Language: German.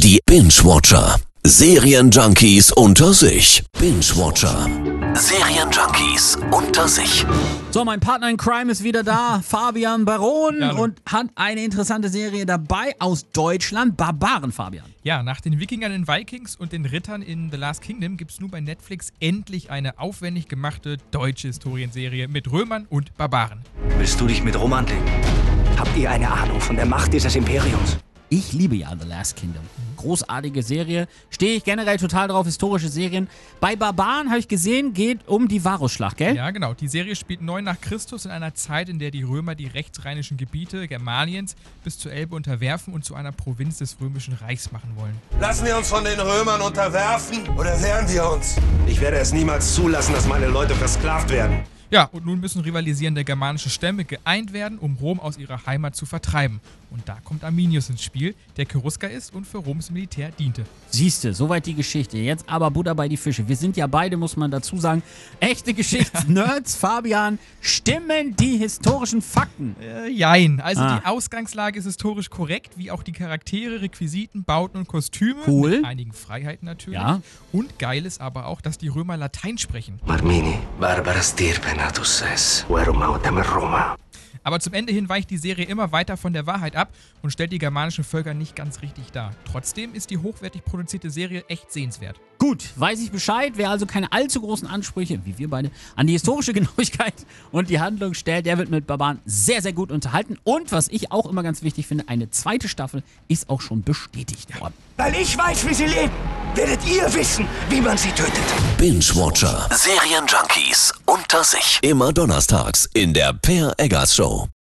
Die Binge-Watcher. Serienjunkies unter sich. Binge-Watcher. Serienjunkies unter sich. So, mein Partner in Crime ist wieder da, Fabian Baron, Ja, hallo. und hat eine interessante Serie dabei aus Deutschland, Barbaren, Fabian. Ja, nach den Wikingern in Vikings und den Rittern in The Last Kingdom gibt es nun bei Netflix endlich eine aufwendig gemachte deutsche Historienserie mit Römern und Barbaren. Willst du dich mit Rom anlegen? Habt ihr eine Ahnung von der Macht dieses Imperiums? Ich liebe ja The Last Kingdom. Großartige Serie, stehe ich generell total drauf, historische Serien. Bei Barbaren habe ich gesehen, geht um die Varusschlacht, gell? Ja, genau. Die Serie spielt 9 nach Christus in einer Zeit, in der die Römer die rechtsrheinischen Gebiete Germaniens bis zur Elbe unterwerfen und zu einer Provinz des Römischen Reichs machen wollen. Lassen wir uns von den Römern unterwerfen oder wehren wir uns? Ich werde es niemals zulassen, dass meine Leute versklavt werden. Ja, und nun müssen rivalisierende germanische Stämme geeint werden, um Rom aus ihrer Heimat zu vertreiben. Und da kommt Arminius ins Spiel, der Cherusker ist und für Roms Militär diente. Siehste, soweit die Geschichte. Jetzt aber Butter bei die Fische. Wir sind ja beide, muss man dazu sagen, echte Geschichtsnerds. Fabian, stimmen die historischen Fakten? Jein. Also die Ausgangslage ist historisch korrekt, wie auch die Charaktere, Requisiten, Bauten und Kostüme. Cool. Mit einigen Freiheiten natürlich. Ja. Und geil ist aber auch, dass die Römer Latein sprechen. Marmini, Barbara stirpe natus es, verum autem Roma. Aber zum Ende hin weicht die Serie immer weiter von der Wahrheit ab und stellt die germanischen Völker nicht ganz richtig dar. Trotzdem ist die hochwertig produzierte Serie echt sehenswert. Gut, weiß ich Bescheid. Wer also keine allzu großen Ansprüche, wie wir beide, an die historische Genauigkeit und die Handlung stellt, der wird mit Barbaren sehr, sehr gut unterhalten. Und was ich auch immer ganz wichtig finde, eine zweite Staffel ist auch schon bestätigt worden. Weil ich weiß, wie sie leben, werdet ihr wissen, wie man sie tötet. Binge-Watcher. Serienjunkies unter sich. Immer donnerstags in der Per Eggers Show.